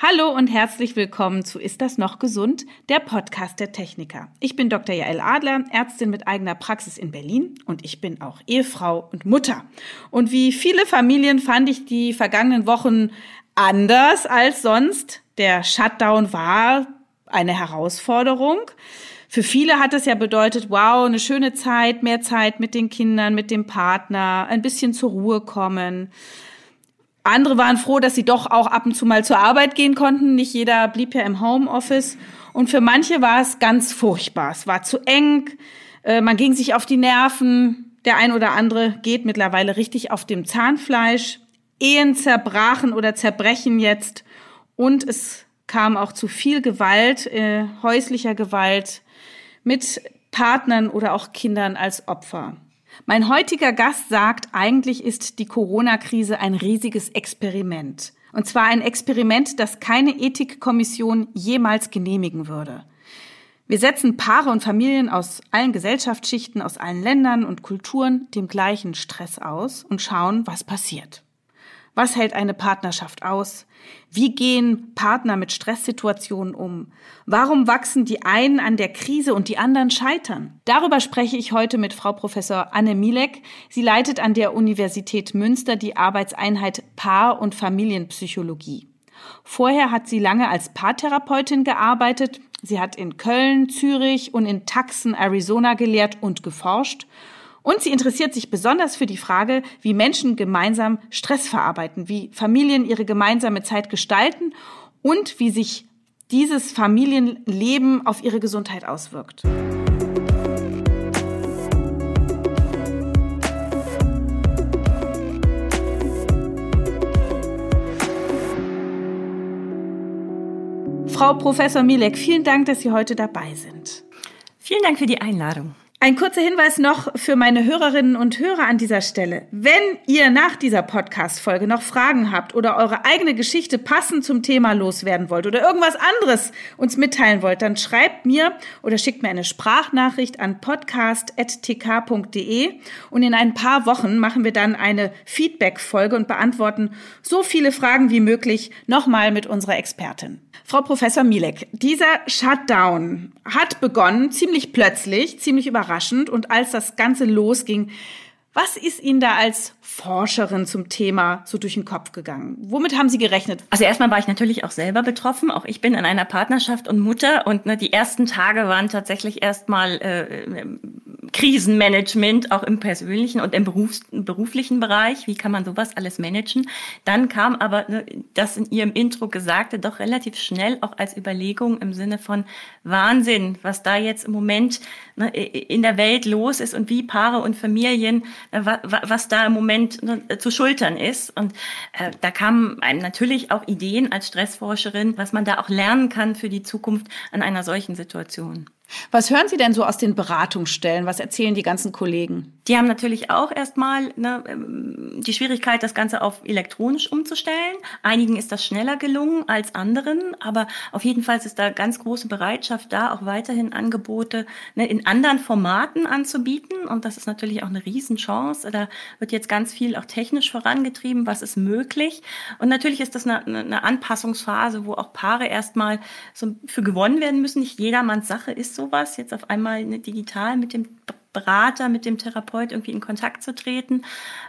Hallo und herzlich willkommen zu Ist das noch gesund? Der Podcast der Techniker. Ich bin Dr. Jael Adler, Ärztin mit eigener Praxis in Berlin und ich bin auch Ehefrau und Mutter. Und wie viele Familien fand ich die vergangenen Wochen anders als sonst. Der Shutdown war eine Herausforderung. Für viele hat es ja bedeutet, wow, eine schöne Zeit, mehr Zeit mit den Kindern, mit dem Partner, ein bisschen zur Ruhe kommen. Andere waren froh, dass sie doch auch ab und zu mal zur Arbeit gehen konnten. Nicht jeder blieb ja im Homeoffice. Und für manche war es ganz furchtbar. Es war zu eng, man ging sich auf die Nerven. Der ein oder andere geht mittlerweile richtig auf dem Zahnfleisch. Ehen zerbrachen oder zerbrechen jetzt. Und es kam auch zu viel Gewalt, häuslicher Gewalt mit Partnern oder auch Kindern als Opfer. Mein heutiger Gast sagt, eigentlich ist die Corona-Krise ein riesiges Experiment. Und zwar ein Experiment, das keine Ethikkommission jemals genehmigen würde. Wir setzen Paare und Familien aus allen Gesellschaftsschichten, aus allen Ländern und Kulturen dem gleichen Stress aus und schauen, was passiert. Was hält eine Partnerschaft aus? Wie gehen Partner mit Stresssituationen um? Warum wachsen die einen an der Krise und die anderen scheitern? Darüber spreche ich heute mit Frau Professor Anne Mielek. Sie leitet an der Universität Münster die Arbeitseinheit Paar- und Familienpsychologie. Vorher hat sie lange als Paartherapeutin gearbeitet. Sie hat in Köln, Zürich und in Tucson, Arizona gelehrt und geforscht. Und sie interessiert sich besonders für die Frage, wie Menschen gemeinsam Stress verarbeiten, wie Familien ihre gemeinsame Zeit gestalten und wie sich dieses Familienleben auf ihre Gesundheit auswirkt. Frau Professor Mielek, vielen Dank, dass Sie heute dabei sind. Vielen Dank für die Einladung. Ein kurzer Hinweis noch für meine Hörerinnen und Hörer an dieser Stelle. Wenn ihr nach dieser Podcast-Folge noch Fragen habt oder eure eigene Geschichte passend zum Thema loswerden wollt oder irgendwas anderes uns mitteilen wollt, dann schreibt mir oder schickt mir eine Sprachnachricht an podcast@tk.de und in ein paar Wochen machen wir dann eine Feedback-Folge und beantworten so viele Fragen wie möglich nochmal mit unserer Expertin. Frau Professor Mielek, dieser Shutdown hat begonnen, ziemlich plötzlich, ziemlich überraschend. Und als das Ganze losging, was ist Ihnen da als Forscherin zum Thema so durch den Kopf gegangen? Womit haben Sie gerechnet? Also erstmal war ich natürlich auch selber betroffen. Auch ich bin in einer Partnerschaft und Mutter. Und die ersten Tage waren tatsächlich erstmal Krisenmanagement, auch im persönlichen und im beruflichen Bereich. Wie kann man sowas alles managen? Dann kam aber das in Ihrem Intro Gesagte doch relativ schnell auch als Überlegung im Sinne von Wahnsinn, was da jetzt im Moment in der Welt los ist und wie Paare und Familien, was da im Moment zu schultern ist. Und da kamen einem natürlich auch Ideen als Stressforscherin, was man da auch lernen kann für die Zukunft an einer solchen Situation. Was hören Sie denn so aus den Beratungsstellen? Was erzählen die ganzen Kollegen? Die haben natürlich auch erstmal die Schwierigkeit, das Ganze auf elektronisch umzustellen. Einigen ist das schneller gelungen als anderen, aber auf jeden Fall ist da ganz große Bereitschaft da, auch weiterhin Angebote in anderen Formaten anzubieten. Und das ist natürlich auch eine Riesenchance. Da wird jetzt ganz viel auch technisch vorangetrieben, was ist möglich. Und natürlich ist das eine Anpassungsphase, wo auch Paare erstmal so für gewonnen werden müssen. Nicht jedermanns Sache ist sowas, jetzt auf einmal digital mit dem Berater, mit dem Therapeut irgendwie in Kontakt zu treten.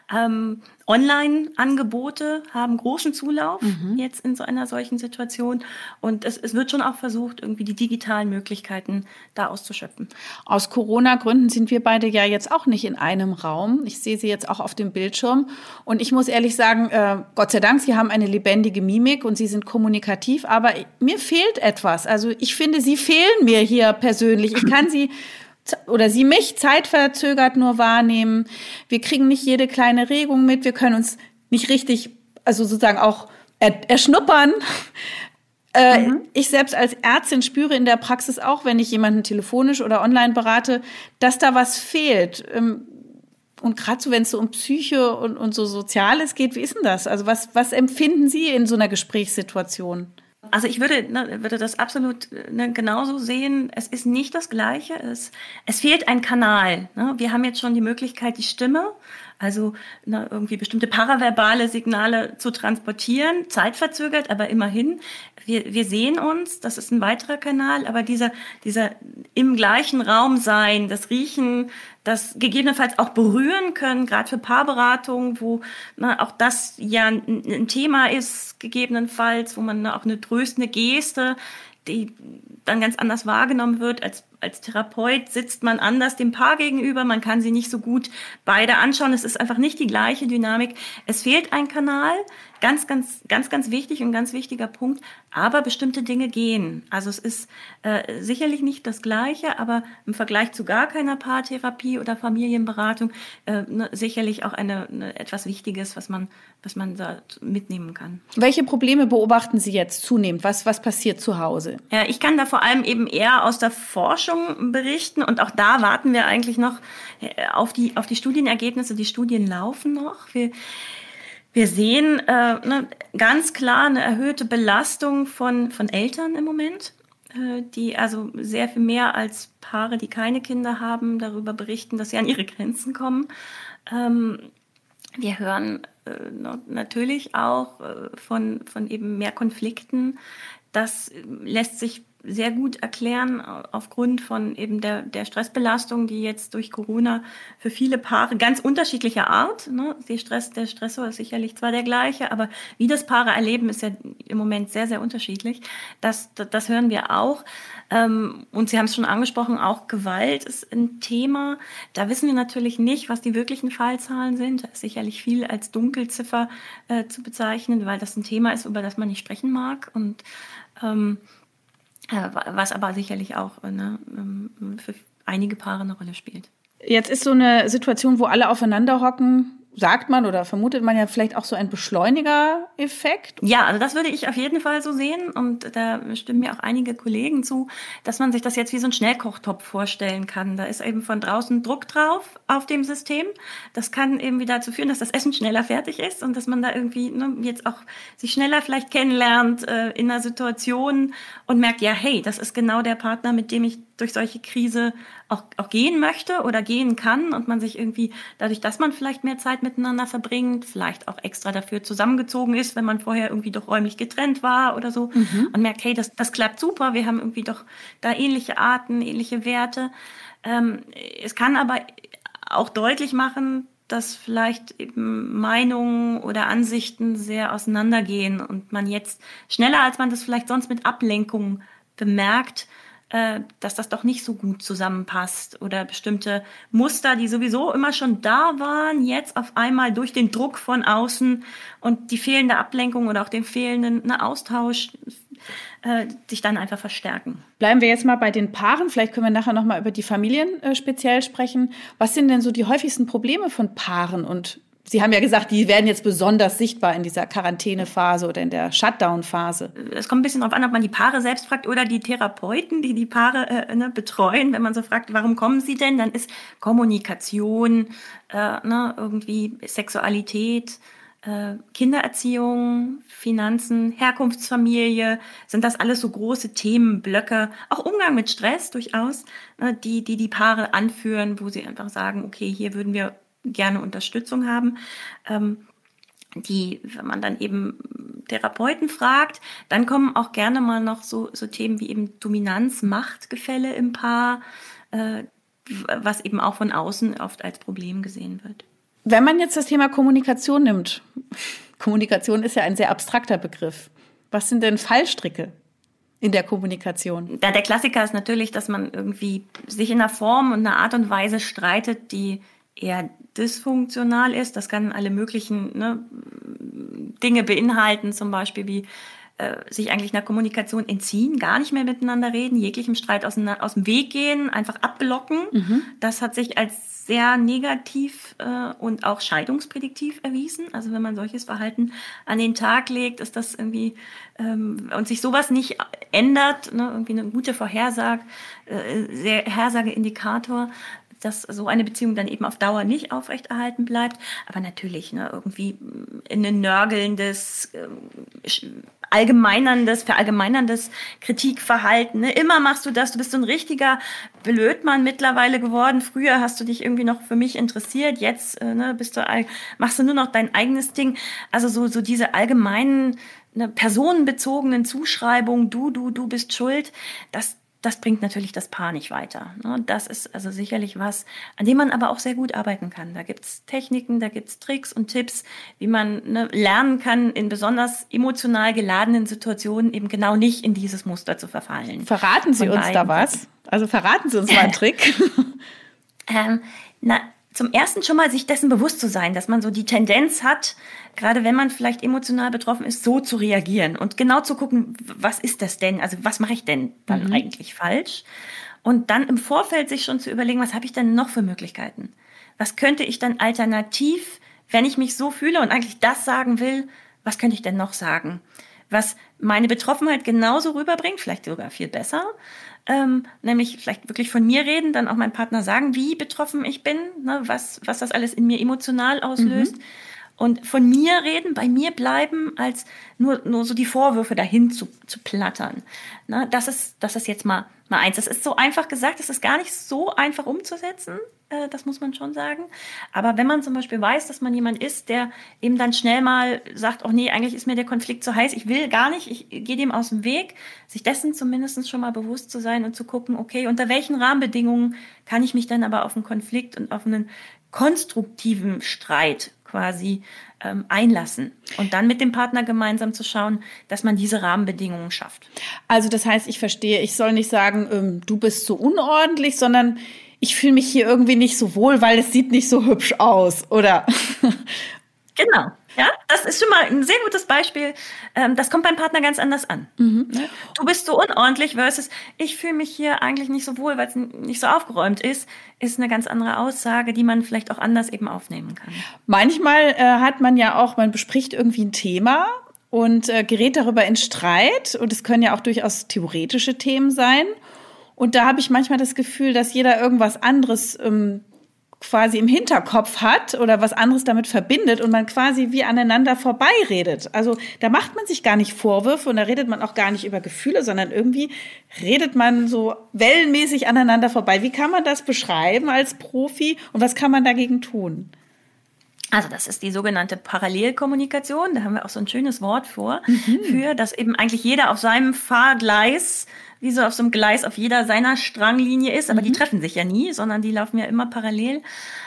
Online-Angebote haben großen Zulauf jetzt in so einer solchen Situation. Und es wird schon auch versucht, irgendwie die digitalen Möglichkeiten da auszuschöpfen. Aus Corona-Gründen sind wir beide ja jetzt auch nicht in einem Raum. Ich sehe Sie jetzt auch auf dem Bildschirm. Und ich muss ehrlich sagen, Gott sei Dank, Sie haben eine lebendige Mimik und Sie sind kommunikativ. Aber mir fehlt etwas. Also ich finde, Sie fehlen mir hier persönlich. Ich kann Sie oder Sie mich zeitverzögert nur wahrnehmen. Wir kriegen nicht jede kleine Regung mit. Wir können uns nicht richtig, also sozusagen auch erschnuppern. Ich selbst als Ärztin spüre in der Praxis auch, wenn ich jemanden telefonisch oder online berate, dass da was fehlt. Und gerade so, wenn es so um Psyche und so Soziales geht, wie ist denn das? Also was empfinden Sie in so einer Gesprächssituation? Also ich würde das absolut genauso sehen. Es ist nicht das Gleiche. Es fehlt ein Kanal. Wir haben jetzt schon die Möglichkeit, die Stimme also irgendwie bestimmte paraverbale Signale zu transportieren, zeitverzögert, aber immerhin, wir sehen uns, das ist ein weiterer Kanal, aber dieser im gleichen Raum sein, das Riechen, das gegebenenfalls auch berühren können, gerade für Paarberatungen, wo auch das ja ein Thema ist, gegebenenfalls, wo man auch eine tröstende Geste, die dann ganz anders wahrgenommen wird. Als Therapeut sitzt man anders dem Paar gegenüber, man kann sie nicht so gut beide anschauen. Es ist einfach nicht die gleiche Dynamik. Es fehlt ein Kanal, ganz, ganz, ganz, ganz wichtig und ganz wichtiger Punkt. Aber bestimmte Dinge gehen. Also es ist sicherlich nicht das Gleiche, aber im Vergleich zu gar keiner Paartherapie oder Familienberatung sicherlich auch etwas Wichtiges, was man da mitnehmen kann. Welche Probleme beobachten Sie jetzt zunehmend? Was passiert zu Hause? Ja, ich kann da vor allem eben eher aus der Forschung berichten und auch da warten wir eigentlich noch auf die Studienergebnisse. Die Studien laufen noch. Wir sehen ganz klar eine erhöhte Belastung von Eltern im Moment, die also sehr viel mehr als Paare, die keine Kinder haben, darüber berichten, dass sie an ihre Grenzen kommen. Wir hören natürlich auch von eben mehr Konflikten. Das lässt sich sehr gut erklären aufgrund von eben der Stressbelastung, die jetzt durch Corona für viele Paare ganz unterschiedlicher Art, der Stressor ist sicherlich zwar der gleiche, aber wie das Paare erleben, ist ja im Moment sehr, sehr unterschiedlich. Das hören wir auch. Und Sie haben es schon angesprochen, auch Gewalt ist ein Thema. Da wissen wir natürlich nicht, was die wirklichen Fallzahlen sind. Da ist sicherlich viel als Dunkelziffer zu bezeichnen, weil das ein Thema ist, über das man nicht sprechen mag und was aber sicherlich auch für einige Paare eine Rolle spielt. Jetzt ist so eine Situation, wo alle aufeinander hocken, sagt man oder vermutet man ja vielleicht auch so ein Beschleuniger-Effekt? Ja, also das würde ich auf jeden Fall so sehen und da stimmen mir auch einige Kollegen zu, dass man sich das jetzt wie so ein Schnellkochtopf vorstellen kann. Da ist eben von draußen Druck drauf auf dem System. Das kann eben wieder dazu führen, dass das Essen schneller fertig ist und dass man da irgendwie jetzt auch sich schneller vielleicht kennenlernt in einer Situation und merkt, ja, hey, das ist genau der Partner, mit dem ich durch solche Krise auch gehen möchte oder gehen kann und man sich irgendwie dadurch, dass man vielleicht mehr Zeit miteinander verbringt, vielleicht auch extra dafür zusammengezogen ist, wenn man vorher irgendwie doch räumlich getrennt war oder so und merkt, hey, das klappt super, wir haben irgendwie doch da ähnliche Arten, ähnliche Werte. Es kann aber auch deutlich machen, dass vielleicht eben Meinungen oder Ansichten sehr auseinandergehen und man jetzt schneller, als man das vielleicht sonst mit Ablenkung bemerkt, dass das doch nicht so gut zusammenpasst oder bestimmte Muster, die sowieso immer schon da waren, jetzt auf einmal durch den Druck von außen und die fehlende Ablenkung oder auch den fehlenden Austausch sich dann einfach verstärken. Bleiben wir jetzt mal bei den Paaren. Vielleicht können wir nachher noch mal über die Familien speziell sprechen. Was sind denn so die häufigsten Probleme von Paaren? Und Sie haben ja gesagt, die werden jetzt besonders sichtbar in dieser Quarantänephase oder in der Shutdown-Phase. Es kommt ein bisschen darauf an, ob man die Paare selbst fragt oder die Therapeuten, die Paare betreuen. Wenn man so fragt, warum kommen sie denn, dann ist Kommunikation, irgendwie Sexualität, Kindererziehung, Finanzen, Herkunftsfamilie, sind das alles so große Themenblöcke, auch Umgang mit Stress durchaus, die Paare anführen, wo sie einfach sagen, okay, hier würden wir gerne Unterstützung haben. Wenn man dann eben Therapeuten fragt, dann kommen auch gerne mal noch so Themen wie eben Dominanz, Machtgefälle im Paar, was eben auch von außen oft als Problem gesehen wird. Wenn man jetzt das Thema Kommunikation nimmt, Kommunikation ist ja ein sehr abstrakter Begriff. Was sind denn Fallstricke in der Kommunikation? Der Klassiker ist natürlich, dass man irgendwie sich in einer Form und einer Art und Weise streitet, die eher dysfunktional ist. Das kann alle möglichen Dinge beinhalten, zum Beispiel wie sich eigentlich einer Kommunikation entziehen, gar nicht mehr miteinander reden, jeglichem Streit aus dem Weg gehen, einfach abblocken. Das hat sich als sehr negativ und auch scheidungsprädiktiv erwiesen. Also wenn man solches Verhalten an den Tag legt, ist das irgendwie und sich sowas nicht ändert, irgendwie eine gute Vorhersageindikator, dass so eine Beziehung dann eben auf Dauer nicht aufrechterhalten bleibt. Aber natürlich, ne, irgendwie in ein nörgelndes, verallgemeinerndes Kritikverhalten. Ne? Immer machst du das, du bist so ein richtiger Blödmann mittlerweile geworden. Früher hast du dich irgendwie noch für mich interessiert, jetzt machst du nur noch dein eigenes Ding. Also so diese allgemeinen, ne, personenbezogenen Zuschreibungen, du bist schuld, das bringt natürlich das Paar nicht weiter. Das ist also sicherlich was, an dem man aber auch sehr gut arbeiten kann. Da gibt's Techniken, da gibt's Tricks und Tipps, wie man lernen kann, in besonders emotional geladenen Situationen eben genau nicht in dieses Muster zu verfallen. Verraten Sie uns da was? Also verraten Sie uns mal einen Trick. Zum ersten schon mal sich dessen bewusst zu sein, dass man so die Tendenz hat, gerade wenn man vielleicht emotional betroffen ist, so zu reagieren und genau zu gucken, was ist das denn? Also was mache ich denn dann eigentlich falsch? Und dann im Vorfeld sich schon zu überlegen, was habe ich denn noch für Möglichkeiten? Was könnte ich dann alternativ, wenn ich mich so fühle und eigentlich das sagen will, was könnte ich denn noch sagen? Was meine Betroffenheit genauso rüberbringt, vielleicht sogar viel besser, nämlich vielleicht wirklich von mir reden, dann auch meinem Partner sagen, wie betroffen ich bin, ne, was das alles in mir emotional auslöst. Und von mir reden, bei mir bleiben, als nur so die Vorwürfe dahin zu plattern. Na, das ist jetzt mal eins. Das ist so einfach gesagt, das ist gar nicht so einfach umzusetzen, das muss man schon sagen. Aber wenn man zum Beispiel weiß, dass man jemand ist, der eben dann schnell mal sagt, oh nee, eigentlich ist mir der Konflikt zu heiß, ich will gar nicht, ich gehe dem aus dem Weg, sich dessen zumindest schon mal bewusst zu sein und zu gucken, okay, unter welchen Rahmenbedingungen kann ich mich dann aber auf einen Konflikt und auf einen konstruktiven Streit quasi einlassen und dann mit dem Partner gemeinsam zu schauen, dass man diese Rahmenbedingungen schafft. Also das heißt, ich verstehe, ich soll nicht sagen, du bist so unordentlich, sondern ich fühle mich hier irgendwie nicht so wohl, weil es sieht nicht so hübsch aus, oder? Genau, ja, das ist schon mal ein sehr gutes Beispiel. Das kommt beim Partner ganz anders an. Du bist so unordentlich versus ich fühle mich hier eigentlich nicht so wohl, weil es nicht so aufgeräumt ist eine ganz andere Aussage, die man vielleicht auch anders eben aufnehmen kann. Manchmal hat man ja auch, man bespricht irgendwie ein Thema und gerät darüber in Streit und es können ja auch durchaus theoretische Themen sein. Und da habe ich manchmal das Gefühl, dass jeder irgendwas anderes quasi im Hinterkopf hat oder was anderes damit verbindet und man quasi wie aneinander vorbeiredet. Also da macht man sich gar nicht Vorwürfe und da redet man auch gar nicht über Gefühle, sondern irgendwie redet man so wellenmäßig aneinander vorbei. Wie kann man das beschreiben als Profi und was kann man dagegen tun? Also das ist die sogenannte Parallelkommunikation. Da haben wir auch so ein schönes Wort für, dass eben eigentlich jeder auf seinem Fahrgleis, wie so auf so einem Gleis auf jeder seiner Stranglinie ist. Aber die treffen sich ja nie, sondern die laufen ja immer parallel.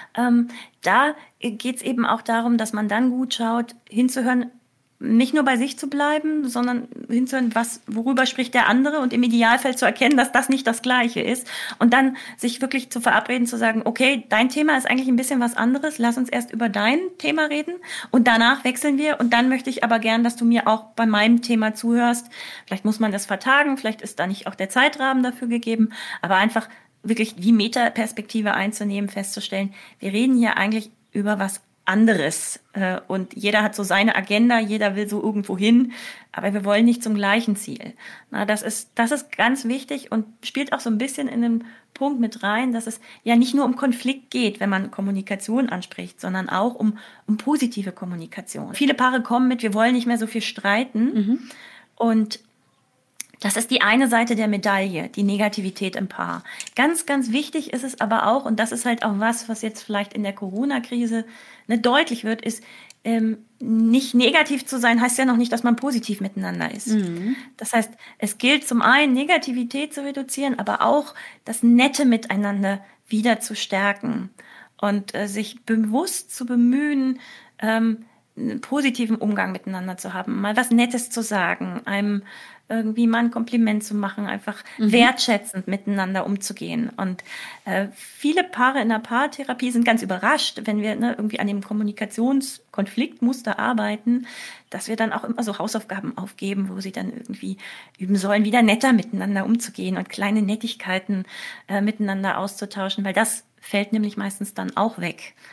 Da geht es eben auch darum, dass man dann gut schaut, hinzuhören, nicht nur bei sich zu bleiben, sondern hinzuhören, worüber spricht der andere und im Idealfall zu erkennen, dass das nicht das Gleiche ist und dann sich wirklich zu verabreden, zu sagen, okay, dein Thema ist eigentlich ein bisschen was anderes, lass uns erst über dein Thema reden und danach wechseln wir und dann möchte ich aber gern, dass du mir auch bei meinem Thema zuhörst. Vielleicht muss man das vertagen, vielleicht ist da nicht auch der Zeitrahmen dafür gegeben, aber einfach wirklich die Metaperspektive einzunehmen, festzustellen, wir reden hier eigentlich über was anderes und jeder hat so seine Agenda, jeder will so irgendwo hin, aber wir wollen nicht zum gleichen Ziel. Na, das ist ganz wichtig und spielt auch so ein bisschen in den Punkt mit rein, dass es ja nicht nur um Konflikt geht, wenn man Kommunikation anspricht, sondern auch um positive Kommunikation. Viele Paare kommen mit, wir wollen nicht mehr so viel streiten und das ist die eine Seite der Medaille, die Negativität im Paar. Ganz, ganz wichtig ist es aber auch, und das ist halt auch was jetzt vielleicht in der Corona-Krise deutlich wird, ist, nicht negativ zu sein, heißt ja noch nicht, dass man positiv miteinander ist. Das heißt, es gilt zum einen, Negativität zu reduzieren, aber auch das nette Miteinander wieder zu stärken und sich bewusst zu bemühen, einen positiven Umgang miteinander zu haben, mal was Nettes zu sagen, einem irgendwie mal ein Kompliment zu machen, einfach wertschätzend miteinander umzugehen. Und viele Paare in der Paartherapie sind ganz überrascht, wenn wir irgendwie an dem Kommunikationskonfliktmuster arbeiten, dass wir dann auch immer so Hausaufgaben aufgeben, wo sie dann irgendwie üben sollen, wieder netter miteinander umzugehen und kleine Nettigkeiten miteinander auszutauschen, weil das fällt nämlich meistens dann auch weg.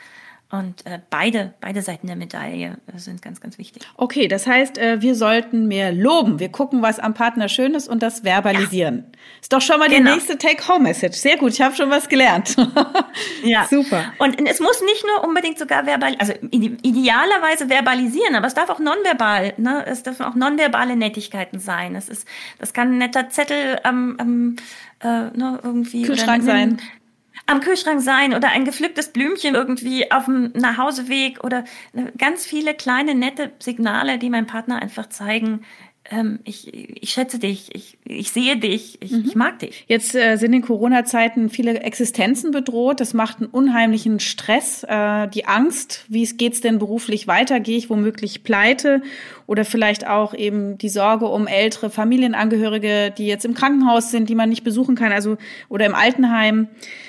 Und beide Seiten der Medaille sind ganz, ganz wichtig. Okay, das heißt, wir sollten mehr loben. Wir gucken, was am Partner schön ist und das verbalisieren. Ja. Ist doch schon mal die nächste Take-Home-Message. Sehr gut, ich habe schon was gelernt. Ja, super. Und es muss nicht nur unbedingt sogar idealerweise verbalisieren, aber es darf auch nonverbal, ne? Es dürfen auch nonverbale Nettigkeiten sein. Das kann ein netter Zettel irgendwie Kühlschrank sein. Am Kühlschrank sein oder ein gepflücktes Blümchen irgendwie auf dem Nachhauseweg oder ganz viele kleine, nette Signale, die meinem Partner einfach zeigen, ich schätze dich, ich sehe dich, ich mag dich. Jetzt sind in Corona-Zeiten viele Existenzen bedroht. Das macht einen unheimlichen Stress. Die Angst, wie geht's denn beruflich weiter? Gehe ich womöglich pleite? Oder vielleicht auch eben die Sorge um ältere Familienangehörige, die jetzt im Krankenhaus sind, die man nicht besuchen kann, oder im Altenheim.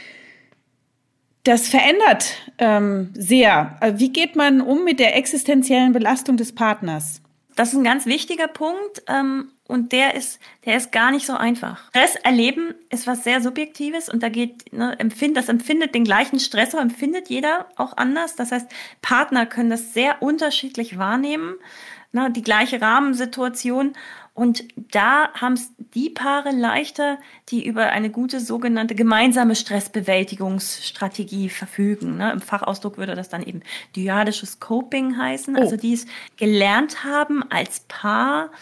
Das verändert sehr. Wie geht man um mit der existenziellen Belastung des Partners? Das ist ein ganz wichtiger Punkt und der ist gar nicht so einfach. Stress erleben ist was sehr Subjektives und das empfindet den gleichen Stressor, empfindet jeder auch anders. Das heißt, Partner können das sehr unterschiedlich wahrnehmen, die gleiche Rahmensituation. Und da haben es die Paare leichter, die über eine gute sogenannte gemeinsame Stressbewältigungsstrategie verfügen. Im Fachausdruck würde das dann eben dyadisches Coping heißen. Also die es gelernt haben, als Paar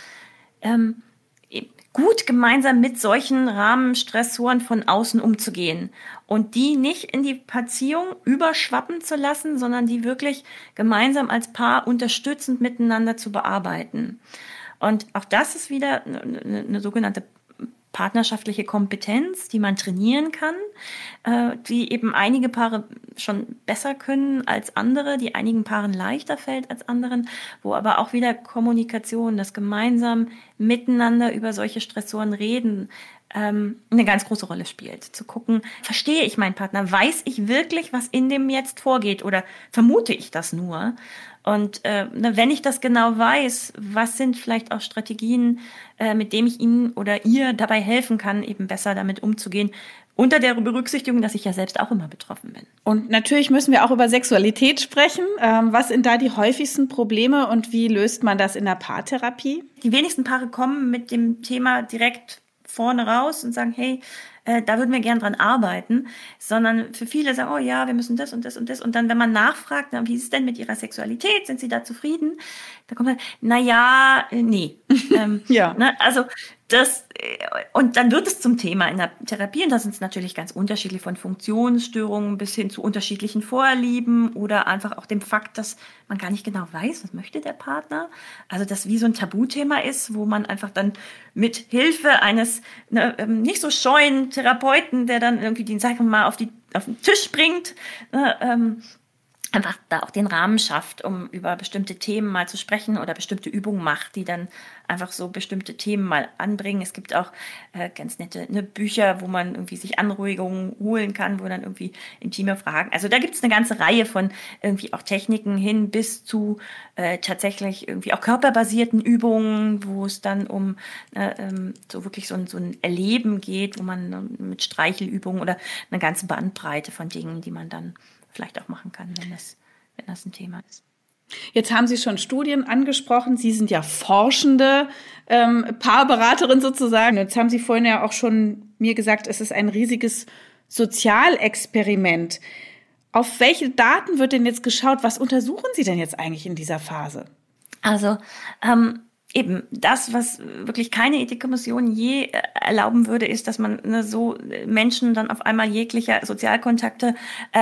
gut gemeinsam mit solchen Rahmenstressoren von außen umzugehen und die nicht in die Beziehung überschwappen zu lassen, sondern die wirklich gemeinsam als Paar unterstützend miteinander zu bearbeiten. Und auch das ist wieder eine sogenannte partnerschaftliche Kompetenz, die man trainieren kann, die eben einige Paare schon besser können als andere, die einigen Paaren leichter fällt als anderen, wo aber auch wieder Kommunikation, das gemeinsam miteinander über solche Stressoren reden, eine ganz große Rolle spielt. Zu gucken, verstehe ich meinen Partner? Weiß ich wirklich, was in dem jetzt vorgeht oder vermute ich das nur? Und wenn ich das genau weiß, was sind vielleicht auch Strategien, mit denen ich Ihnen oder ihr dabei helfen kann, eben besser damit umzugehen, unter der Berücksichtigung, dass ich ja selbst auch immer betroffen bin. Und natürlich müssen wir auch über Sexualität sprechen. Was sind da die häufigsten Probleme und wie löst man das in der Paartherapie? Die wenigsten Paare kommen mit dem Thema direkt vorne raus und sagen, hey, da würden wir gern dran arbeiten, sondern für viele sagen, oh ja, wir müssen das und das und das. Und dann, wenn man nachfragt, wie ist es denn mit ihrer Sexualität? Sind sie da zufrieden? Da kommt man, nee. Ja. Also und dann wird es zum Thema in der Therapie und da sind es natürlich ganz unterschiedlich von Funktionsstörungen bis hin zu unterschiedlichen Vorlieben oder einfach auch dem Fakt, dass man gar nicht genau weiß, was möchte der Partner. Also das wie so ein Tabuthema ist, wo man einfach dann mit Hilfe eines nicht so scheuen Therapeuten, der dann irgendwie den, sagen wir mal, auf den Tisch bringt, einfach da auch den Rahmen schafft, um über bestimmte Themen mal zu sprechen oder bestimmte Übungen macht, die dann einfach so bestimmte Themen mal anbringen. Es gibt auch ganz nette Bücher, wo man irgendwie sich Anregungen holen kann, wo dann irgendwie intime Fragen, also da gibt es eine ganze Reihe von irgendwie auch Techniken hin bis zu tatsächlich irgendwie auch körperbasierten Übungen, wo es dann um so wirklich so ein Erleben geht, wo man mit Streichelübungen oder eine ganze Bandbreite von Dingen, die man dann vielleicht auch machen kann, wenn das ein Thema ist. Jetzt haben Sie schon Studien angesprochen. Sie sind ja forschende Paarberaterin sozusagen. Jetzt haben Sie vorhin ja auch schon mir gesagt, es ist ein riesiges Sozialexperiment. Auf welche Daten wird denn jetzt geschaut? Was untersuchen Sie denn jetzt eigentlich in dieser Phase? Also eben das, was wirklich keine Ethikkommission je erlauben würde, ist, dass man so Menschen dann auf einmal jeglicher Sozialkontakte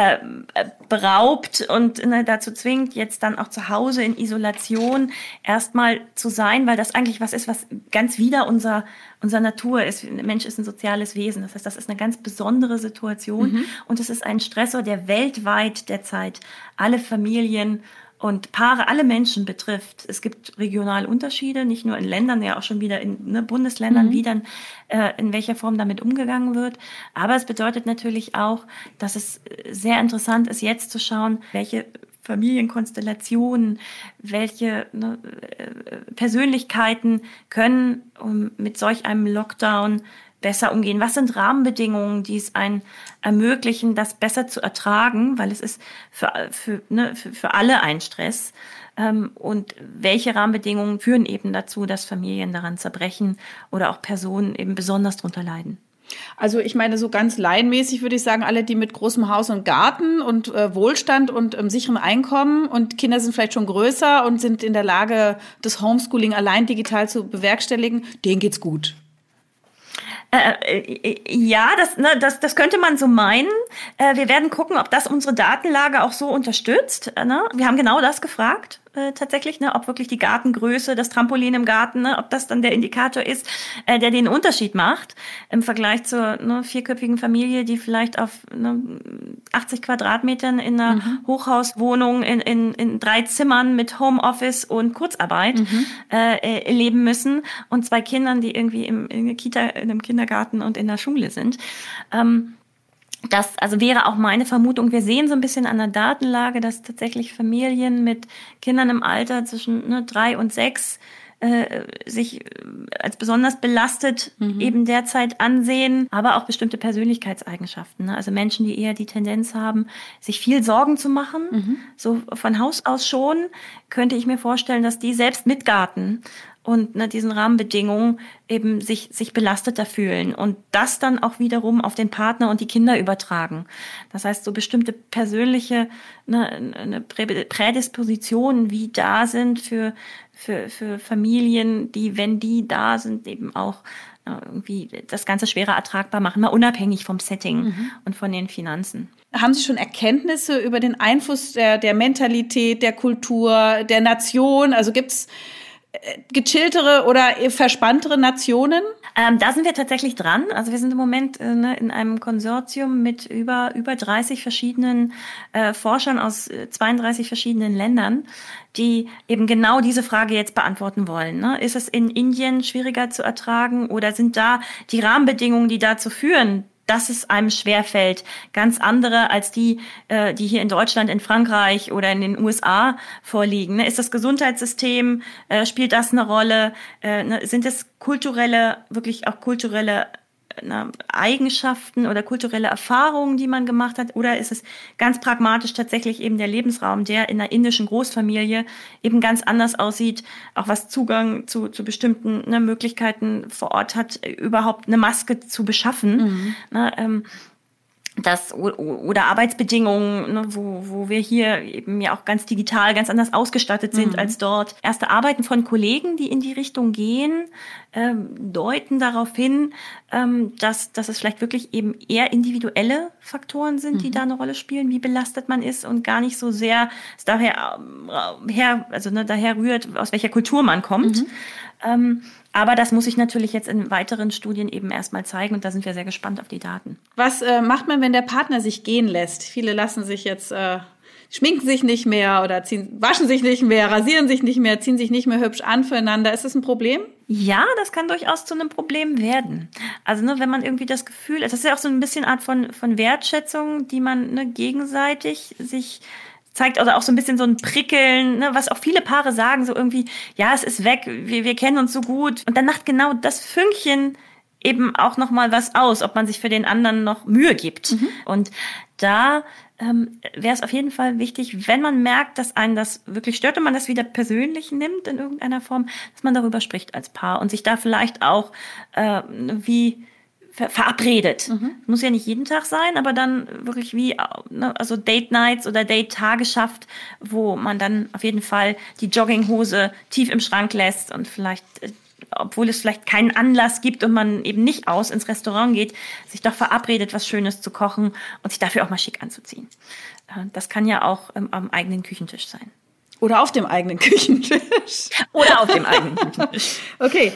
beraubt und dazu zwingt, jetzt dann auch zu Hause in Isolation erstmal zu sein, weil das eigentlich was ist, was ganz wider unserer Natur ist. Der Mensch ist ein soziales Wesen. Das heißt, das ist eine ganz besondere Situation und es ist ein Stressor, der weltweit derzeit alle Familien und Paare, alle Menschen betrifft. Es gibt regionale Unterschiede, nicht nur in Ländern, ja auch schon wieder in Bundesländern, wie dann in welcher Form damit umgegangen wird. Aber es bedeutet natürlich auch, dass es sehr interessant ist, jetzt zu schauen, welche Familienkonstellationen, welche Persönlichkeiten können mit solch einem Lockdown besser umgehen? Was sind Rahmenbedingungen, die es einen ermöglichen, das besser zu ertragen? Weil es ist für alle ein Stress. Und welche Rahmenbedingungen führen eben dazu, dass Familien daran zerbrechen oder auch Personen eben besonders drunter leiden? Also ich meine, so ganz laienmäßig würde ich sagen, alle, die mit großem Haus und Garten und Wohlstand und sicherem Einkommen und Kinder sind vielleicht schon größer und sind in der Lage, das Homeschooling allein digital zu bewerkstelligen, denen geht's gut. Ja, das könnte man so meinen. Wir werden gucken, ob das unsere Datenlage auch so unterstützt. Wir haben genau das gefragt, tatsächlich, ob wirklich die Gartengröße, das Trampolin im Garten, ob das dann der Indikator ist, der den Unterschied macht im Vergleich zur vierköpfigen Familie, die vielleicht auf 80 Quadratmetern in einer Hochhauswohnung in 3 Zimmern mit Homeoffice und Kurzarbeit leben müssen und 2 Kindern, die irgendwie in der Kita, in einem Kindergarten und in der Schule sind. Das also wäre auch meine Vermutung. Wir sehen so ein bisschen an der Datenlage, dass tatsächlich Familien mit Kindern im Alter zwischen 3 und 6 sich als besonders belastet eben derzeit ansehen, aber auch bestimmte Persönlichkeitseigenschaften. Also Menschen, die eher die Tendenz haben, sich viel Sorgen zu machen, so von Haus aus schon, könnte ich mir vorstellen, dass die selbst mit Garten und diesen Rahmenbedingungen eben sich belasteter fühlen und das dann auch wiederum auf den Partner und die Kinder übertragen. Das heißt, so bestimmte persönliche eine Prädispositionen, wie da sind für Familien, die, wenn die da sind, eben auch irgendwie das Ganze schwerer ertragbar machen, mal unabhängig vom Setting und von den Finanzen. Haben Sie schon Erkenntnisse über den Einfluss der Mentalität, der Kultur, der Nation? Also gibt's gechilltere oder verspanntere Nationen? Da sind wir tatsächlich dran. Also wir sind im Moment in einem Konsortium mit über 30 verschiedenen Forschern aus 32 verschiedenen Ländern, die eben genau diese Frage jetzt beantworten wollen. Ist es in Indien schwieriger zu ertragen oder sind da die Rahmenbedingungen, die dazu führen, dass es einem schwerfällt, ganz andere als die hier in Deutschland, in Frankreich oder in den USA vorliegen. Ist das Gesundheitssystem, spielt das eine Rolle? Sind es wirklich auch kulturelle Eigenschaften oder kulturelle Erfahrungen, die man gemacht hat? Oder ist es ganz pragmatisch tatsächlich eben der Lebensraum, der in einer indischen Großfamilie eben ganz anders aussieht, auch was Zugang zu bestimmten Möglichkeiten vor Ort hat, überhaupt eine Maske zu beschaffen? Oder Arbeitsbedingungen, wo wir hier eben ja auch ganz digital, ganz anders ausgestattet sind als dort. Erste Arbeiten von Kollegen, die in die Richtung gehen, deuten darauf hin, dass es vielleicht wirklich eben eher individuelle Faktoren sind, die da eine Rolle spielen, wie belastet man ist und gar nicht so sehr daher rührt, aus welcher Kultur man kommt. Aber das muss sich natürlich jetzt in weiteren Studien eben erstmal zeigen und da sind wir sehr gespannt auf die Daten. Was macht man, wenn der Partner sich gehen lässt? Viele lassen sich jetzt, schminken sich nicht mehr oder waschen sich nicht mehr, rasieren sich nicht mehr, ziehen sich nicht mehr hübsch an füreinander. Ist das ein Problem? Ja, das kann durchaus zu einem Problem werden. Also wenn man irgendwie das Gefühl, das ist ja auch so ein bisschen Art von Wertschätzung, die man gegenseitig sich zeigt, oder auch so ein bisschen so ein Prickeln, was auch viele Paare sagen, so irgendwie, ja, es ist weg, wir kennen uns so gut. Und dann macht genau das Fünkchen eben auch nochmal was aus, ob man sich für den anderen noch Mühe gibt. Und da wäre es auf jeden Fall wichtig, wenn man merkt, dass einen das wirklich stört und man das wieder persönlich nimmt in irgendeiner Form, dass man darüber spricht als Paar und sich da vielleicht auch verabredet. Muss ja nicht jeden Tag sein, aber dann wirklich also Date Nights oder Date Tage schafft, wo man dann auf jeden Fall die Jogginghose tief im Schrank lässt und vielleicht, obwohl es vielleicht keinen Anlass gibt und man eben nicht ins Restaurant geht, sich doch verabredet, was Schönes zu kochen und sich dafür auch mal schick anzuziehen. Das kann ja auch am eigenen Küchentisch sein. Oder auf dem eigenen Küchentisch. Oder auf dem eigenen Küchentisch. Okay.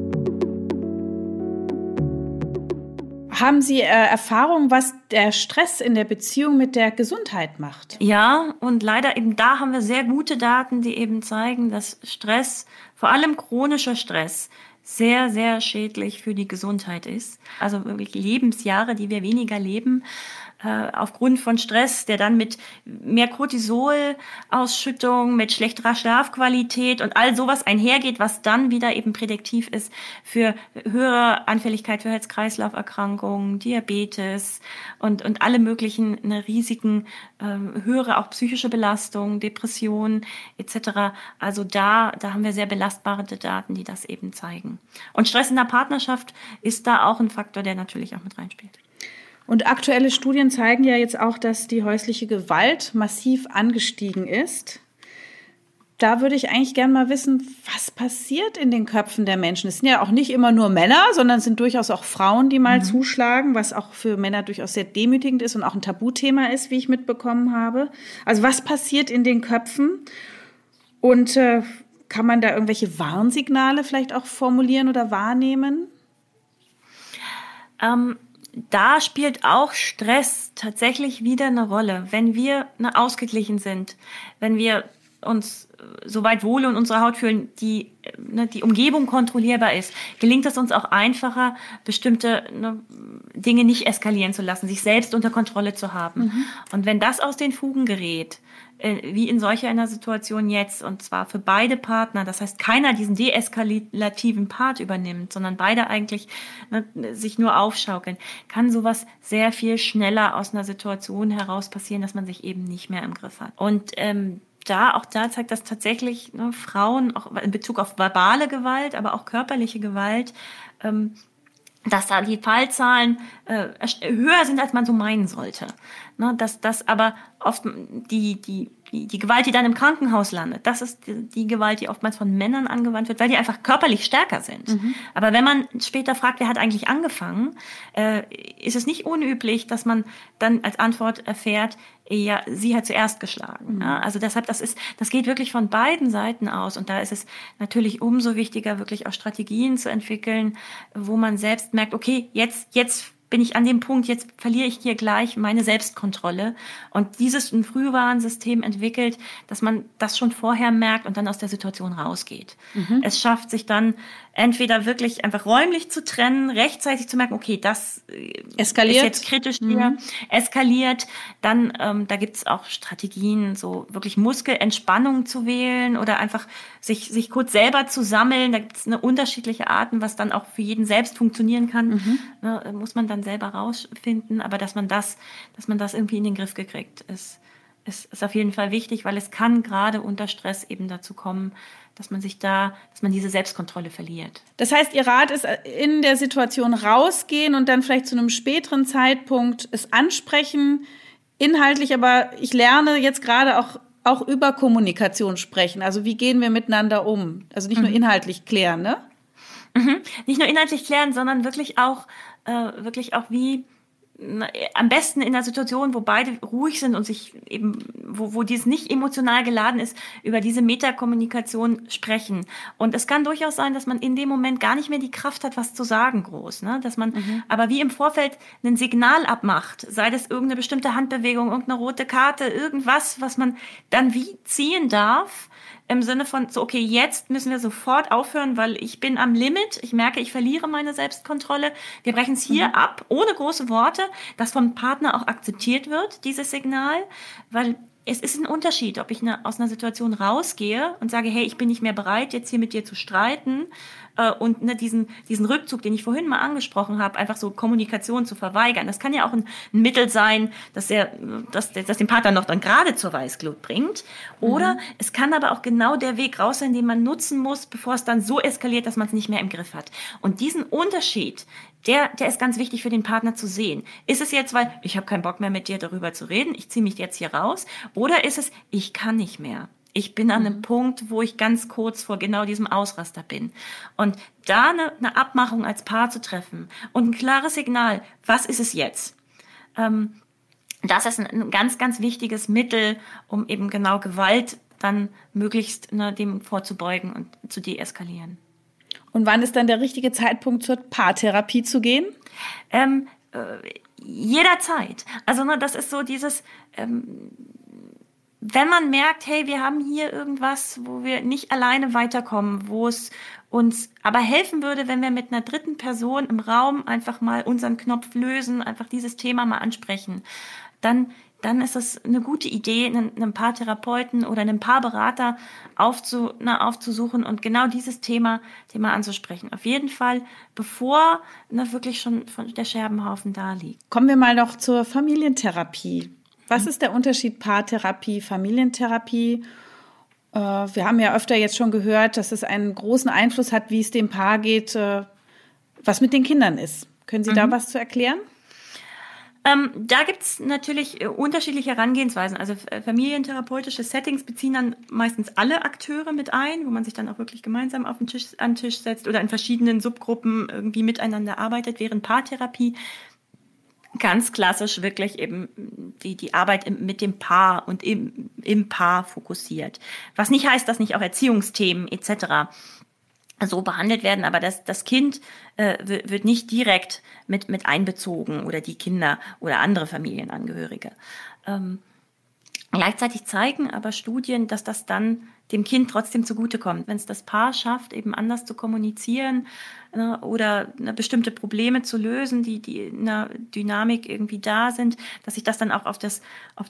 Haben Sie Erfahrung, was der Stress in der Beziehung mit der Gesundheit macht? Ja, und leider eben da haben wir sehr gute Daten, die eben zeigen, dass Stress, vor allem chronischer Stress, sehr, sehr schädlich für die Gesundheit ist. Also wirklich Lebensjahre, die wir weniger leben, aufgrund von Stress, der dann mit mehr Cortisolausschüttung, mit schlechterer Schlafqualität und all sowas einhergeht, was dann wieder eben prädiktiv ist für höhere Anfälligkeit für Herz-Kreislauf-Erkrankungen, Diabetes und alle möglichen Risiken, höhere auch psychische Belastung, Depressionen etc. Also da haben wir sehr belastbare Daten, die das eben zeigen. Und Stress in der Partnerschaft ist da auch ein Faktor, der natürlich auch mit reinspielt. Und aktuelle Studien zeigen ja jetzt auch, dass die häusliche Gewalt massiv angestiegen ist. Da würde ich eigentlich gerne mal wissen, was passiert in den Köpfen der Menschen? Es sind ja auch nicht immer nur Männer, sondern es sind durchaus auch Frauen, die mal zuschlagen, was auch für Männer durchaus sehr demütigend ist und auch ein Tabuthema ist, wie ich mitbekommen habe. Also was passiert in den Köpfen? Und kann man da irgendwelche Warnsignale vielleicht auch formulieren oder wahrnehmen? Da spielt auch Stress tatsächlich wieder eine Rolle. Wenn wir ausgeglichen sind, wenn wir uns soweit wohl in unserer Haut fühlen, die Umgebung kontrollierbar ist, gelingt es uns auch einfacher, bestimmte Dinge nicht eskalieren zu lassen, sich selbst unter Kontrolle zu haben. Und wenn das aus den Fugen gerät, wie in solch einer Situation jetzt, und zwar für beide Partner, das heißt, keiner diesen deeskalativen Part übernimmt, sondern beide eigentlich sich nur aufschaukeln, kann sowas sehr viel schneller aus einer Situation heraus passieren, dass man sich eben nicht mehr im Griff hat. Und da zeigt das tatsächlich Frauen, auch in Bezug auf verbale Gewalt, aber auch körperliche Gewalt, dass da die Fallzahlen höher sind, als man so meinen sollte. Dass aber oft die Gewalt, die dann im Krankenhaus landet, das ist die Gewalt, die oftmals von Männern angewandt wird, weil die einfach körperlich stärker sind. Aber wenn man später fragt, wer hat eigentlich angefangen, ist es nicht unüblich, dass man dann als Antwort erfährt, ja, sie hat zuerst geschlagen. Ja, also deshalb, das geht wirklich von beiden Seiten aus. Und da ist es natürlich umso wichtiger, wirklich auch Strategien zu entwickeln, wo man selbst merkt, okay, jetzt bin ich an dem Punkt, jetzt verliere ich hier gleich meine Selbstkontrolle. Und dieses ein Frühwarnsystem entwickelt, dass man das schon vorher merkt und dann aus der Situation rausgeht. Es schafft sich dann entweder wirklich einfach räumlich zu trennen, rechtzeitig zu merken, okay, das eskaliert. Ist jetzt kritisch hier, eskaliert. Dann, da gibt's auch Strategien, so wirklich Muskelentspannung zu wählen oder einfach sich kurz selber zu sammeln. Da gibt's unterschiedliche Arten, was dann auch für jeden selbst funktionieren kann. Muss man dann selber rausfinden, aber dass man das irgendwie in den Griff gekriegt ist auf jeden Fall wichtig, weil es kann gerade unter Stress eben dazu kommen, dass man diese Selbstkontrolle verliert. Das heißt, Ihr Rat ist, in der Situation rausgehen und dann vielleicht zu einem späteren Zeitpunkt es ansprechen, inhaltlich, aber ich lerne jetzt gerade auch über Kommunikation sprechen. Also wie gehen wir miteinander um? Also nicht nur inhaltlich klären, ne? Nicht nur inhaltlich klären, sondern wirklich auch wie am besten in einer Situation, wo beide ruhig sind und sich eben, wo dies nicht emotional geladen ist, über diese Metakommunikation sprechen. Und es kann durchaus sein, dass man in dem Moment gar nicht mehr die Kraft hat, was zu sagen groß, ne? Dass man aber wie im Vorfeld ein Signal abmacht, sei das irgendeine bestimmte Handbewegung, irgendeine rote Karte, irgendwas, was man dann wie ziehen darf, im Sinne von, so, okay, jetzt müssen wir sofort aufhören, weil ich bin am Limit. Ich merke, ich verliere meine Selbstkontrolle. Wir brechen es hier ab, ohne große Worte, dass vom Partner auch akzeptiert wird, dieses Signal, weil es ist ein Unterschied, ob ich aus einer Situation rausgehe und sage, hey, ich bin nicht mehr bereit, jetzt hier mit dir zu streiten und diesen Rückzug, den ich vorhin mal angesprochen habe, einfach so Kommunikation zu verweigern. Das kann ja auch ein Mittel sein, dass den Partner noch dann gerade zur Weißglut bringt. Oder es kann aber auch genau der Weg raus sein, den man nutzen muss, bevor es dann so eskaliert, dass man es nicht mehr im Griff hat. Und diesen Unterschied, der ist ganz wichtig für den Partner zu sehen. Ist es jetzt, weil ich habe keinen Bock mehr mit dir darüber zu reden, ich ziehe mich jetzt hier raus? Oder ist es, ich kann nicht mehr? Ich bin an einem Punkt, wo ich ganz kurz vor genau diesem Ausraster bin. Und da eine Abmachung als Paar zu treffen und ein klares Signal, was ist es jetzt? Das ist ein ganz, ganz wichtiges Mittel, um eben genau Gewalt dann möglichst dem vorzubeugen und zu deeskalieren. Und wann ist dann der richtige Zeitpunkt, zur Paartherapie zu gehen? Jederzeit. Also das ist so dieses, wenn man merkt, hey, wir haben hier irgendwas, wo wir nicht alleine weiterkommen, wo es uns aber helfen würde, wenn wir mit einer dritten Person im Raum einfach mal unseren Knopf lösen, einfach dieses Thema mal ansprechen, dann ist es eine gute Idee, einen Paartherapeuten oder einen Paarberater aufzusuchen und genau dieses Thema anzusprechen. Auf jeden Fall, bevor wirklich schon der Scherbenhaufen da liegt. Kommen wir mal noch zur Familientherapie. Was ist der Unterschied Paartherapie, Familientherapie? Wir haben ja öfter jetzt schon gehört, dass es einen großen Einfluss hat, wie es dem Paar geht, was mit den Kindern ist. Können Sie da was zu erklären? Da gibt's natürlich unterschiedliche Herangehensweisen. Also familientherapeutische Settings beziehen dann meistens alle Akteure mit ein, wo man sich dann auch wirklich gemeinsam an den Tisch setzt oder in verschiedenen Subgruppen irgendwie miteinander arbeitet, während Paartherapie ganz klassisch wirklich eben die Arbeit mit dem Paar und im Paar fokussiert. Was nicht heißt, dass nicht auch Erziehungsthemen etc. so behandelt werden, aber das Kind wird nicht direkt mit einbezogen oder die Kinder oder andere Familienangehörige. Gleichzeitig zeigen aber Studien, dass das dann dem Kind trotzdem zugutekommt. Wenn es das Paar schafft, eben anders zu kommunizieren oder bestimmte Probleme zu lösen, die in der Dynamik irgendwie da sind, dass sich das dann auch auf das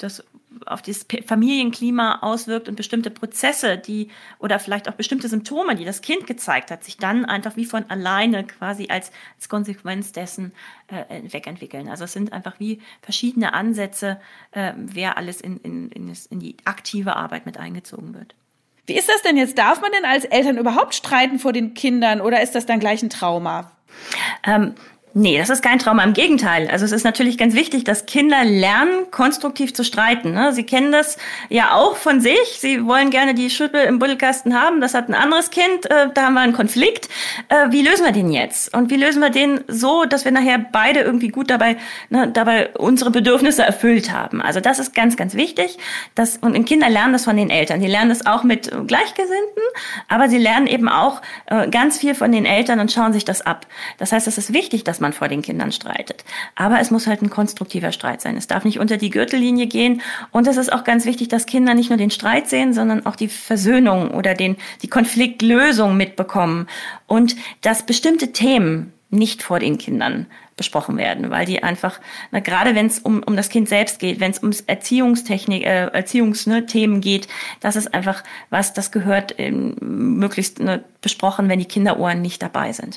Familienklima auswirkt und bestimmte Prozesse, oder vielleicht auch bestimmte Symptome, die das Kind gezeigt hat, sich dann einfach wie von alleine quasi als Konsequenz dessen wegentwickeln. Also es sind einfach wie verschiedene Ansätze, wer alles in die aktive Arbeit mit eingezogen wird. Wie ist das denn jetzt? Darf man denn als Eltern überhaupt streiten vor den Kindern oder ist das dann gleich ein Trauma? Nee, das ist kein Trauma, im Gegenteil. Also es ist natürlich ganz wichtig, dass Kinder lernen, konstruktiv zu streiten. Ne? Sie kennen das ja auch von sich. Sie wollen gerne die Schüssel im Buddelkasten haben. Das hat ein anderes Kind. Da haben wir einen Konflikt. Wie lösen wir den jetzt? Und wie lösen wir den so, dass wir nachher beide irgendwie gut dabei unsere Bedürfnisse erfüllt haben? Also das ist ganz, ganz wichtig. Und Kinder lernen das von den Eltern. Die lernen das auch mit Gleichgesinnten, aber sie lernen eben auch ganz viel von den Eltern und schauen sich das ab. Das heißt, es ist wichtig, dass man vor den Kindern streitet. Aber es muss halt ein konstruktiver Streit sein. Es darf nicht unter die Gürtellinie gehen. Und es ist auch ganz wichtig, dass Kinder nicht nur den Streit sehen, sondern auch die Versöhnung oder die Konfliktlösung mitbekommen. Und dass bestimmte Themen nicht vor den Kindern besprochen werden, weil die einfach, gerade wenn es um das Kind selbst geht, wenn es ums Erziehungsthemen geht, das ist einfach das gehört möglichst besprochen, wenn die Kinderohren nicht dabei sind.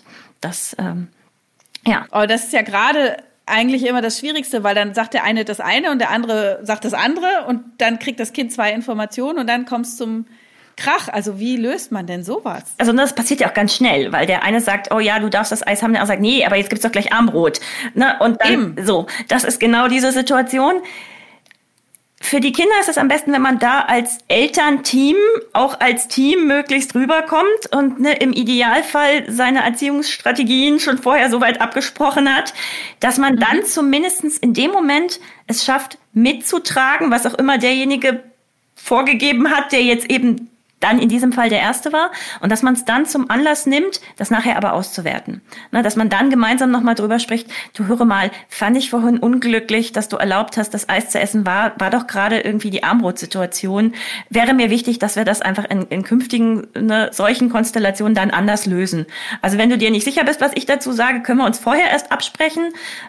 Ja. Aber das ist ja gerade eigentlich immer das Schwierigste, weil dann sagt der eine das eine und der andere sagt das andere und dann kriegt das Kind 2 Informationen und dann kommt es zum Krach. Also wie löst man denn sowas? Also das passiert ja auch ganz schnell, weil der eine sagt, oh ja, du darfst das Eis haben, der andere sagt, nee, aber jetzt gibt's doch gleich Armbrot. Und dann so, das ist genau diese Situation. Für die Kinder ist es am besten, wenn man da als Elternteam, auch als Team möglichst rüberkommt und im Idealfall seine Erziehungsstrategien schon vorher so weit abgesprochen hat, dass man dann zumindest in dem Moment es schafft, mitzutragen, was auch immer derjenige vorgegeben hat, der jetzt eben dann in diesem Fall der Erste war, und dass man es dann zum Anlass nimmt, das nachher aber auszuwerten. Dass man dann gemeinsam nochmal drüber spricht, du höre mal, fand ich vorhin unglücklich, dass du erlaubt hast, das Eis zu essen, war doch gerade irgendwie die Armbrotsituation. Wäre mir wichtig, dass wir das einfach in künftigen solchen Konstellationen dann anders lösen. Also wenn du dir nicht sicher bist, was ich dazu sage, können wir uns vorher erst absprechen,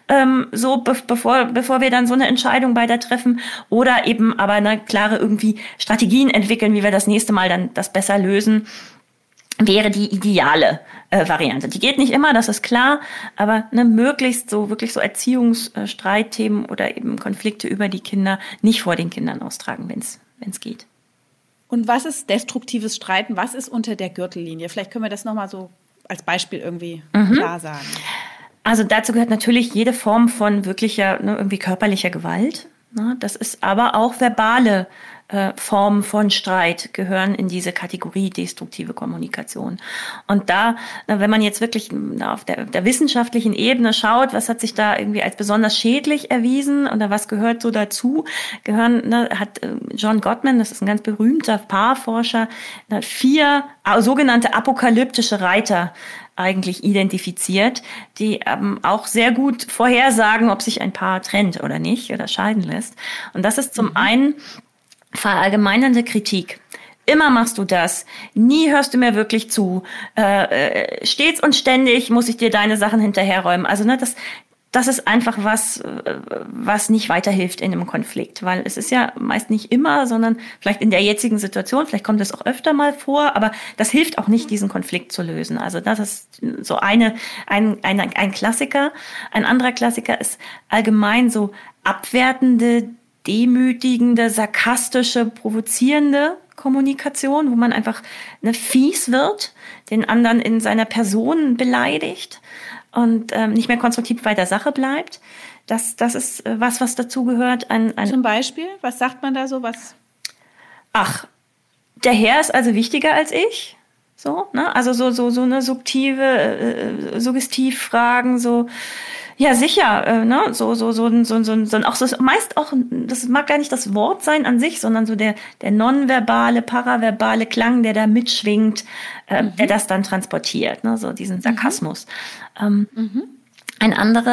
bevor wir dann so eine Entscheidung beide treffen, oder eben aber klare irgendwie Strategien entwickeln, wie wir das nächste Mal dann das besser lösen, wäre die ideale Variante. Die geht nicht immer, das ist klar, aber möglichst wirklich so Erziehungsstreitthemen oder eben Konflikte über die Kinder nicht vor den Kindern austragen, wenn es geht. Und was ist destruktives Streiten? Was ist unter der Gürtellinie? Vielleicht können wir das nochmal so als Beispiel irgendwie klar sagen. Also dazu gehört natürlich jede Form von wirklicher, irgendwie körperlicher Gewalt. Das ist aber auch verbale Formen von Streit gehören in diese Kategorie destruktive Kommunikation. Und da, wenn man jetzt wirklich auf der wissenschaftlichen Ebene schaut, was hat sich da irgendwie als besonders schädlich erwiesen oder was gehört so dazu, hat John Gottman, das ist ein ganz berühmter Paarforscher, 4 sogenannte apokalyptische Reiter eigentlich identifiziert, die auch sehr gut vorhersagen, ob sich ein Paar trennt oder nicht oder scheiden lässt. Und das ist zum einen verallgemeinernde Kritik. immer machst du das, nie hörst du mir wirklich zu, stets und ständig muss ich dir deine Sachen hinterherräumen. Also ne, das ist einfach was nicht weiterhilft in einem Konflikt, weil es ist ja meist nicht immer, sondern vielleicht in der jetzigen Situation, vielleicht kommt es auch öfter mal vor, aber das hilft auch nicht, diesen Konflikt zu lösen. Also das ist so ein Klassiker. Ein anderer Klassiker ist allgemein so abwertende, demütigende, sarkastische, provozierende Kommunikation, wo man einfach fies wird, den anderen in seiner Person beleidigt und nicht mehr konstruktiv bei der Sache bleibt. Das ist was dazugehört. Zum Beispiel? Was sagt man da so? Ach, der Herr ist also wichtiger als ich. So, ne? Also so eine subtive Suggestivfragen, so ja sicher, ne? So auch so meist auch, das mag gar nicht das Wort sein an sich, sondern so der nonverbale, paraverbale Klang, der da mitschwingt, der das dann transportiert, ne? So diesen Sarkasmus. Ein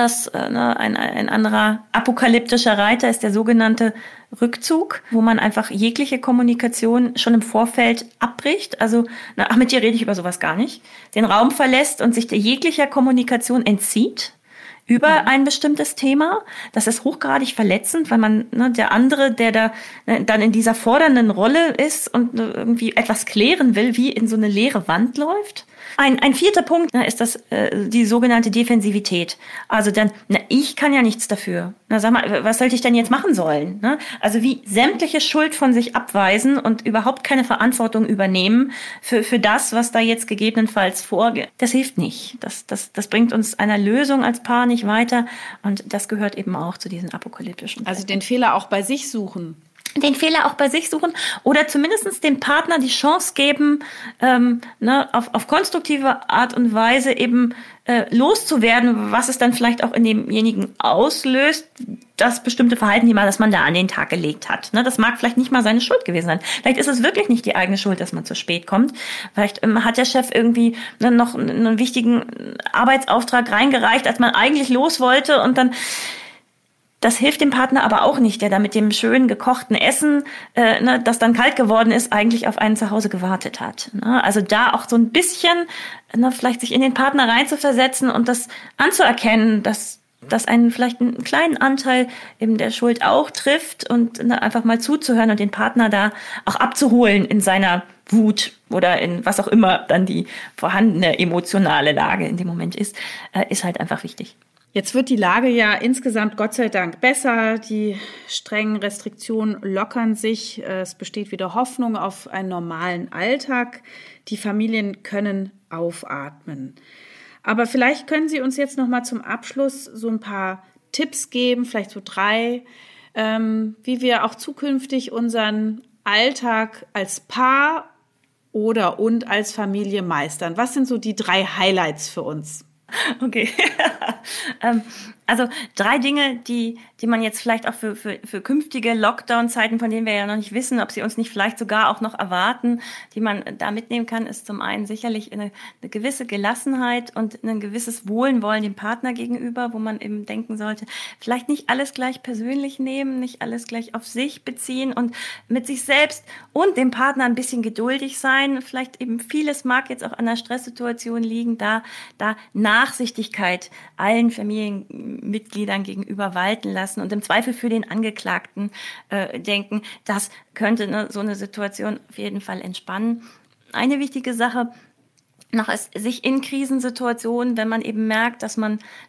anderer apokalyptischer Reiter ist der sogenannte Rückzug, wo man einfach jegliche Kommunikation schon im Vorfeld abbricht. Also, mit dir rede ich über sowas gar nicht. Den Raum verlässt und sich der jeglicher Kommunikation entzieht über ein bestimmtes Thema. Das ist hochgradig verletzend, weil man, der andere, der da dann in dieser fordernden Rolle ist und irgendwie etwas klären will, wie in so eine leere Wand läuft. Ein vierter Punkt ist das die sogenannte Defensivität. Also dann, ich kann ja nichts dafür. Sag mal, was sollte ich denn jetzt machen sollen? Also wie sämtliche Schuld von sich abweisen und überhaupt keine Verantwortung übernehmen für das, was da jetzt gegebenenfalls vorgeht. Das hilft nicht. Das bringt uns einer Lösung als Paar nicht weiter. Und das gehört eben auch zu diesen apokalyptischen. Also den Fehler auch bei sich suchen. Den Fehler auch bei sich suchen oder zumindest dem Partner die Chance geben, auf konstruktive Art und Weise eben loszuwerden, was es dann vielleicht auch in demjenigen auslöst, das bestimmte Verhalten, das man da an den Tag gelegt hat. Das mag vielleicht nicht mal seine Schuld gewesen sein. Vielleicht ist es wirklich nicht die eigene Schuld, dass man zu spät kommt. Vielleicht hat der Chef irgendwie noch einen wichtigen Arbeitsauftrag reingereicht, als man eigentlich los wollte und dann. Das hilft dem Partner aber auch nicht, der da mit dem schön gekochten Essen, das dann kalt geworden ist, eigentlich auf einen zu Hause gewartet hat. Also da auch so ein bisschen, vielleicht sich in den Partner reinzuversetzen und das anzuerkennen, dass einen vielleicht einen kleinen Anteil eben der Schuld auch trifft und einfach mal zuzuhören und den Partner da auch abzuholen in seiner Wut oder in was auch immer dann die vorhandene emotionale Lage in dem Moment ist halt einfach wichtig. Jetzt wird die Lage ja insgesamt Gott sei Dank besser. Die strengen Restriktionen lockern sich. Es besteht wieder Hoffnung auf einen normalen Alltag. Die Familien können aufatmen. Aber vielleicht können Sie uns jetzt noch mal zum Abschluss so ein paar Tipps geben, vielleicht so 3, wie wir auch zukünftig unseren Alltag als Paar und als Familie meistern. Was sind so die 3 Highlights für uns? Okay. Also 3 Dinge, die man jetzt vielleicht auch für künftige Lockdown-Zeiten, von denen wir ja noch nicht wissen, ob sie uns nicht vielleicht sogar auch noch erwarten, die man da mitnehmen kann, ist zum einen sicherlich eine gewisse Gelassenheit und ein gewisses Wohlwollen dem Partner gegenüber, wo man eben denken sollte, vielleicht nicht alles gleich persönlich nehmen, nicht alles gleich auf sich beziehen und mit sich selbst und dem Partner ein bisschen geduldig sein. Vielleicht eben vieles mag jetzt auch an der Stresssituation liegen, da Nachsichtigkeit allen Familienmitgliedern gegenüber walten lassen und im Zweifel für den Angeklagten denken, das könnte so eine Situation auf jeden Fall entspannen. Eine wichtige Sache noch ist, sich in Krisensituationen, wenn man eben merkt, dass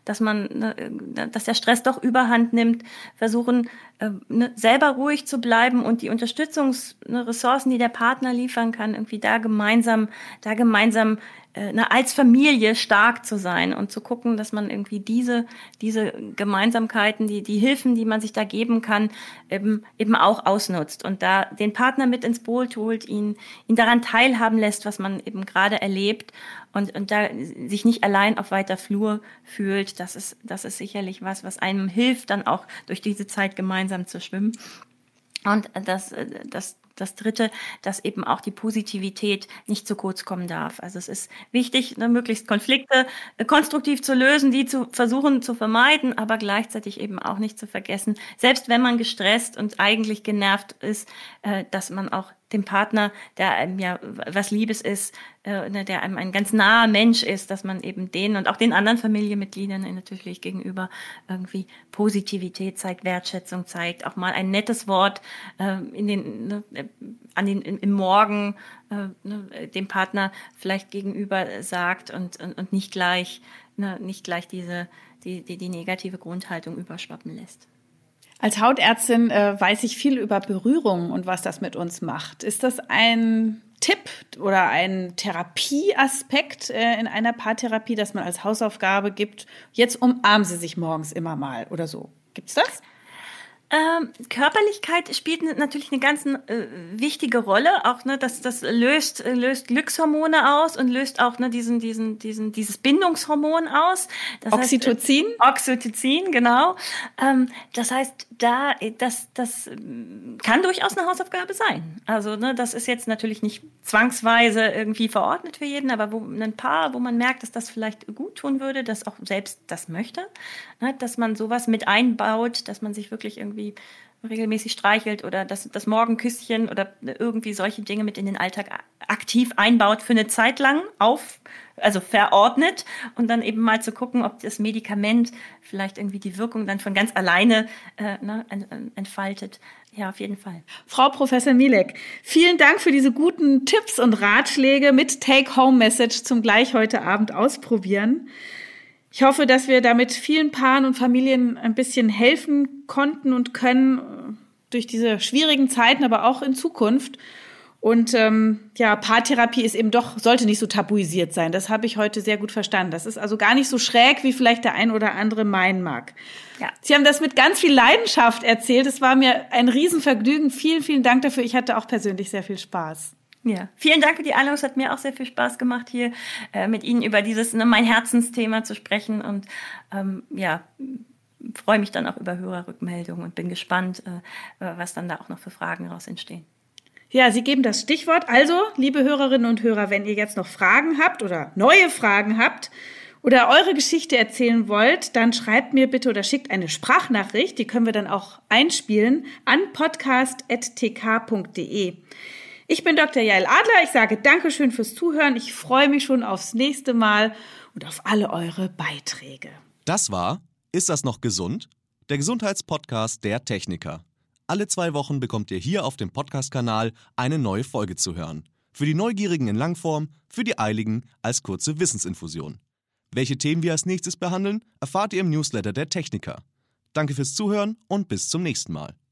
der Stress doch Überhand nimmt, versuchen, selber ruhig zu bleiben und die Unterstützungsressourcen, die der Partner liefern kann, irgendwie da gemeinsam als Familie stark zu sein und zu gucken, dass man irgendwie diese Gemeinsamkeiten, die Hilfen, die man sich da geben kann, eben auch ausnutzt und da den Partner mit ins Boot holt, ihn daran teilhaben lässt, was man eben gerade erlebt und da sich nicht allein auf weiter Flur fühlt. Das ist sicherlich was einem hilft, dann auch durch diese Zeit gemeinsam zu schwimmen. Und das Dritte, dass eben auch die Positivität nicht zu kurz kommen darf. Also es ist wichtig, möglichst Konflikte konstruktiv zu lösen, die zu versuchen zu vermeiden, aber gleichzeitig eben auch nicht zu vergessen, selbst wenn man gestresst und eigentlich genervt ist, dass man auch dem Partner, der einem ja was Liebes ist, der einem ein ganz naher Mensch ist, dass man eben den und auch den anderen Familienmitgliedern natürlich gegenüber irgendwie Positivität zeigt, Wertschätzung zeigt, auch mal ein nettes Wort im Morgen dem Partner vielleicht gegenüber sagt und nicht gleich die negative Grundhaltung überschwappen lässt. Als Hautärztin weiß ich viel über Berührung und was das mit uns macht. Ist das ein Tipp oder ein Therapieaspekt in einer Paartherapie, dass man als Hausaufgabe gibt, jetzt umarmen Sie sich morgens immer mal oder so? Gibt's das? Körperlichkeit spielt natürlich eine ganz wichtige Rolle, auch das löst Glückshormone aus und löst auch dieses Bindungshormon aus. Das Oxytocin? Heißt, Oxytocin, genau. Das heißt, das kann durchaus eine Hausaufgabe sein. Also das ist jetzt natürlich nicht zwangsweise irgendwie verordnet für jeden, aber ein Paar, wo man merkt, dass das vielleicht gut tun würde, dass auch selbst das möchte, dass man sowas mit einbaut, dass man sich wirklich irgendwie regelmäßig streichelt oder das Morgenküsschen oder irgendwie solche Dinge mit in den Alltag aktiv einbaut für eine Zeit lang also verordnet und dann eben mal zu gucken, ob das Medikament vielleicht irgendwie die Wirkung dann von ganz alleine entfaltet. Ja, auf jeden Fall. Frau Professor Mielek, vielen Dank für diese guten Tipps und Ratschläge mit Take-Home-Message zum gleich heute Abend ausprobieren. Ich hoffe, dass wir damit vielen Paaren und Familien ein bisschen helfen konnten und können durch diese schwierigen Zeiten, aber auch in Zukunft. Und Paartherapie ist eben sollte nicht so tabuisiert sein. Das habe ich heute sehr gut verstanden. Das ist also gar nicht so schräg, wie vielleicht der ein oder andere meinen mag. Ja. Sie haben das mit ganz viel Leidenschaft erzählt. Es war mir ein Riesenvergnügen. Vielen, vielen Dank dafür. Ich hatte auch persönlich sehr viel Spaß. Ja, vielen Dank für die Einladung. Es hat mir auch sehr viel Spaß gemacht, hier mit Ihnen über dieses mein Herzensthema zu sprechen und freue mich dann auch über Hörerrückmeldungen und bin gespannt, was dann da auch noch für Fragen raus entstehen. Ja, Sie geben das Stichwort. Also, liebe Hörerinnen und Hörer, wenn ihr jetzt noch Fragen habt oder neue Fragen habt oder eure Geschichte erzählen wollt, dann schreibt mir bitte oder schickt eine Sprachnachricht, die können wir dann auch einspielen, an podcast@tk.de. Ich bin Dr. Jael Adler. Ich sage Dankeschön fürs Zuhören. Ich freue mich schon aufs nächste Mal und auf alle eure Beiträge. Das war Ist das noch gesund? Der Gesundheitspodcast der Techniker. Alle 2 Wochen bekommt ihr hier auf dem Podcast-Kanal eine neue Folge zu hören. Für die Neugierigen in Langform, für die Eiligen als kurze Wissensinfusion. Welche Themen wir als nächstes behandeln, erfahrt ihr im Newsletter der Techniker. Danke fürs Zuhören und bis zum nächsten Mal.